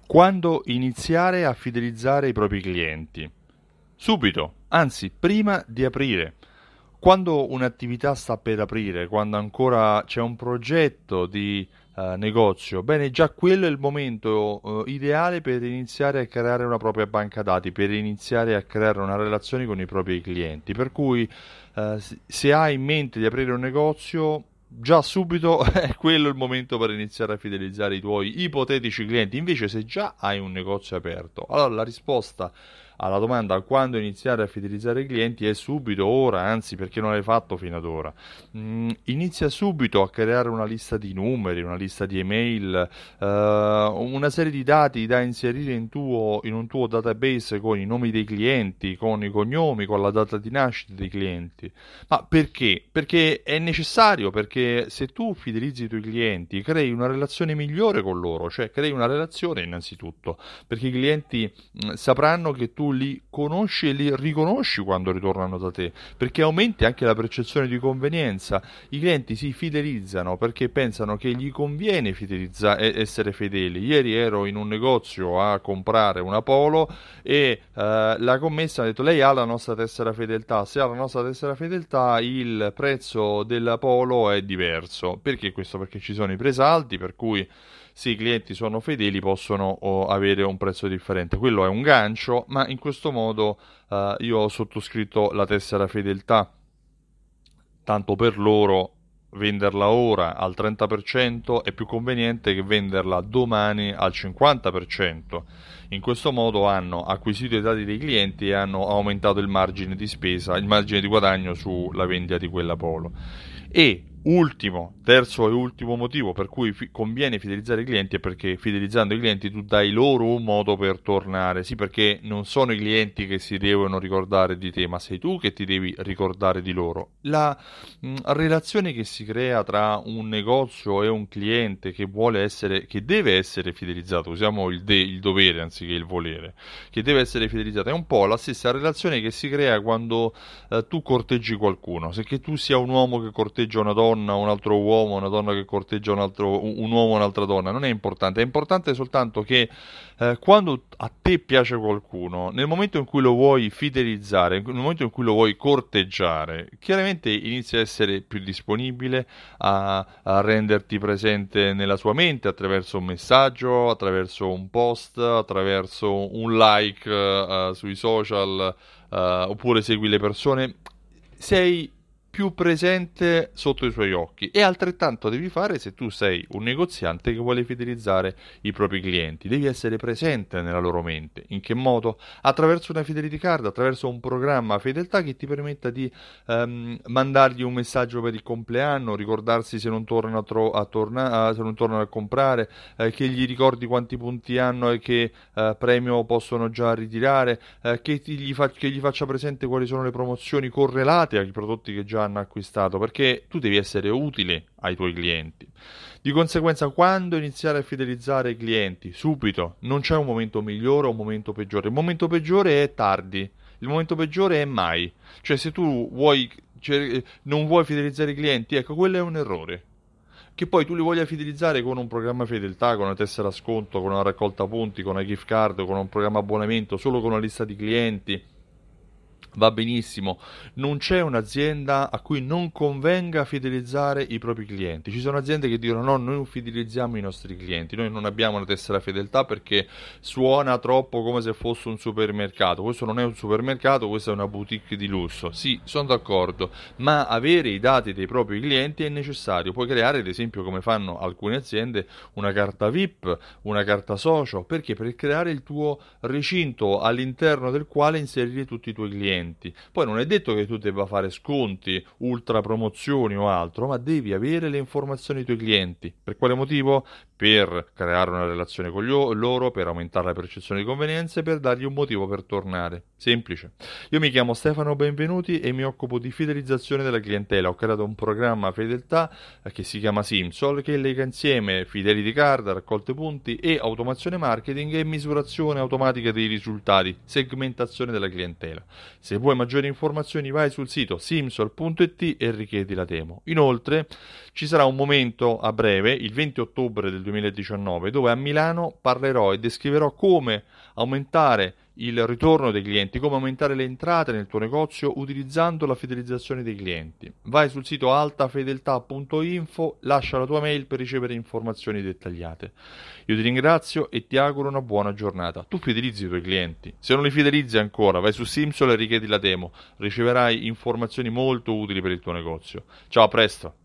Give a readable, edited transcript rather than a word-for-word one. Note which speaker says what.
Speaker 1: Quando iniziare a fidelizzare i propri clienti? Subito, anzi, prima di aprire. Quando un'attività sta per aprire, quando ancora c'è un progetto di negozio, bene, già quello è il momento ideale per iniziare a creare una propria banca dati, per iniziare a creare una relazione con i propri clienti. Per cui se hai in mente di aprire un negozio, già subito è quello il momento per iniziare a fidelizzare i tuoi ipotetici clienti. Invece, se già hai un negozio aperto, allora la risposta alla domanda quando iniziare a fidelizzare i clienti è subito, ora, anzi perché non l'hai fatto fino ad ora. Inizia subito a creare una lista di numeri, una lista di email, una serie di dati da inserire in un tuo database con i nomi dei clienti, con i cognomi, con la data di nascita dei clienti. Ma perché? Perché è necessario, perché se tu fidelizzi i tuoi clienti, crei una relazione migliore con loro, cioè crei una relazione innanzitutto, perché i clienti sapranno che tu li conosci e li riconosci quando ritornano da te, perché aumenti anche la percezione di convenienza. I clienti si fidelizzano perché pensano che gli conviene essere fedeli. Ieri ero in un negozio a comprare una Polo e la commessa ha detto: lei ha la nostra tessera fedeltà, se ha la nostra tessera fedeltà il prezzo della Polo è diverso. Perché questo? Perché ci sono i presaldi, per cui se i clienti sono fedeli possono avere un prezzo differente. Quello è un gancio, ma in questo modo io ho sottoscritto la tessera fedeltà, tanto per loro venderla ora al 30% è più conveniente che venderla domani al 50%. In questo modo hanno acquisito i dati dei clienti e hanno aumentato il margine di spesa, il margine di guadagno sulla vendita di quella Polo. E ultimo, terzo e ultimo motivo per cui conviene fidelizzare i clienti è perché fidelizzando i clienti tu dai loro un modo per tornare. Sì, perché non sono i clienti che si devono ricordare di te, ma sei tu che ti devi ricordare di loro. La relazione che si crea tra un negozio e un cliente che vuole essere, che deve essere fidelizzato, usiamo il dovere anziché il volere, che deve essere fidelizzato, è un po' la stessa relazione che si crea quando tu corteggi qualcuno. Se che tu sia un uomo che corteggia una donna, un altro uomo, una donna che corteggia un uomo, un'altra donna, non è importante soltanto che quando a te piace qualcuno, nel momento in cui lo vuoi fidelizzare, nel momento in cui lo vuoi corteggiare, chiaramente inizi a essere più disponibile a renderti presente nella sua mente attraverso un messaggio, attraverso un post, attraverso un like sui social, oppure segui le persone. Sei più presente sotto i suoi occhi, e altrettanto devi fare se tu sei un negoziante che vuole fidelizzare i propri clienti. Devi essere presente nella loro mente. In che modo? Attraverso una fidelity card, attraverso un programma fedeltà che ti permetta di mandargli un messaggio per il compleanno, ricordarsi se non tornano se non tornano a comprare, che gli ricordi quanti punti hanno e che premio possono già ritirare, che gli faccia presente quali sono le promozioni correlate ai prodotti che già hanno acquistato, perché tu devi essere utile ai tuoi clienti. Di conseguenza, quando iniziare a fidelizzare i clienti? Subito, non c'è un momento migliore o un momento peggiore. Il momento peggiore è tardi, il momento peggiore è mai. Cioè, se tu non vuoi fidelizzare i clienti, ecco, quello è un errore. Che poi tu li voglia fidelizzare con un programma fedeltà, con una tessera sconto, con una raccolta punti, con una gift card, con un programma abbonamento, solo con una lista di clienti, va benissimo. Non c'è un'azienda a cui non convenga fidelizzare i propri clienti. Ci sono aziende che dicono: no, noi non fidelizziamo i nostri clienti, noi non abbiamo una tessera fedeltà perché suona troppo come se fosse un supermercato. Questo non è un supermercato, questa è una boutique di lusso. Sì, sono d'accordo, ma avere i dati dei propri clienti è necessario. Puoi creare, ad esempio, come fanno alcune aziende, una carta VIP, una carta socio. Perché? Per creare il tuo recinto all'interno del quale inserire tutti i tuoi clienti. Poi non è detto che tu debba fare sconti, ultra promozioni o altro, ma devi avere le informazioni dei tuoi clienti. Per quale motivo? Per creare una relazione con loro, per aumentare la percezione di convenienza e per dargli un motivo per tornare. Semplice. Io mi chiamo Stefano Benvenuti e mi occupo di fidelizzazione della clientela. Ho creato un programma fedeltà che si chiama Simsol, che lega insieme fidelity card, raccolte punti e automazione marketing e misurazione automatica dei risultati, segmentazione della clientela. Se Se vuoi maggiori informazioni vai sul sito simsol.it e richiedi la demo. Inoltre ci sarà un momento a breve, il 20 ottobre del 2019, dove a Milano parlerò e descriverò come aumentare il ritorno dei clienti, come aumentare le entrate nel tuo negozio utilizzando la fidelizzazione dei clienti. Vai sul sito altafedeltà.info, lascia la tua mail per ricevere informazioni dettagliate. Io ti ringrazio e ti auguro una buona giornata. Tu fidelizzi i tuoi clienti. Se non li fidelizzi ancora, vai su Simsol e richiedi la demo. Riceverai informazioni molto utili per il tuo negozio. Ciao, a presto!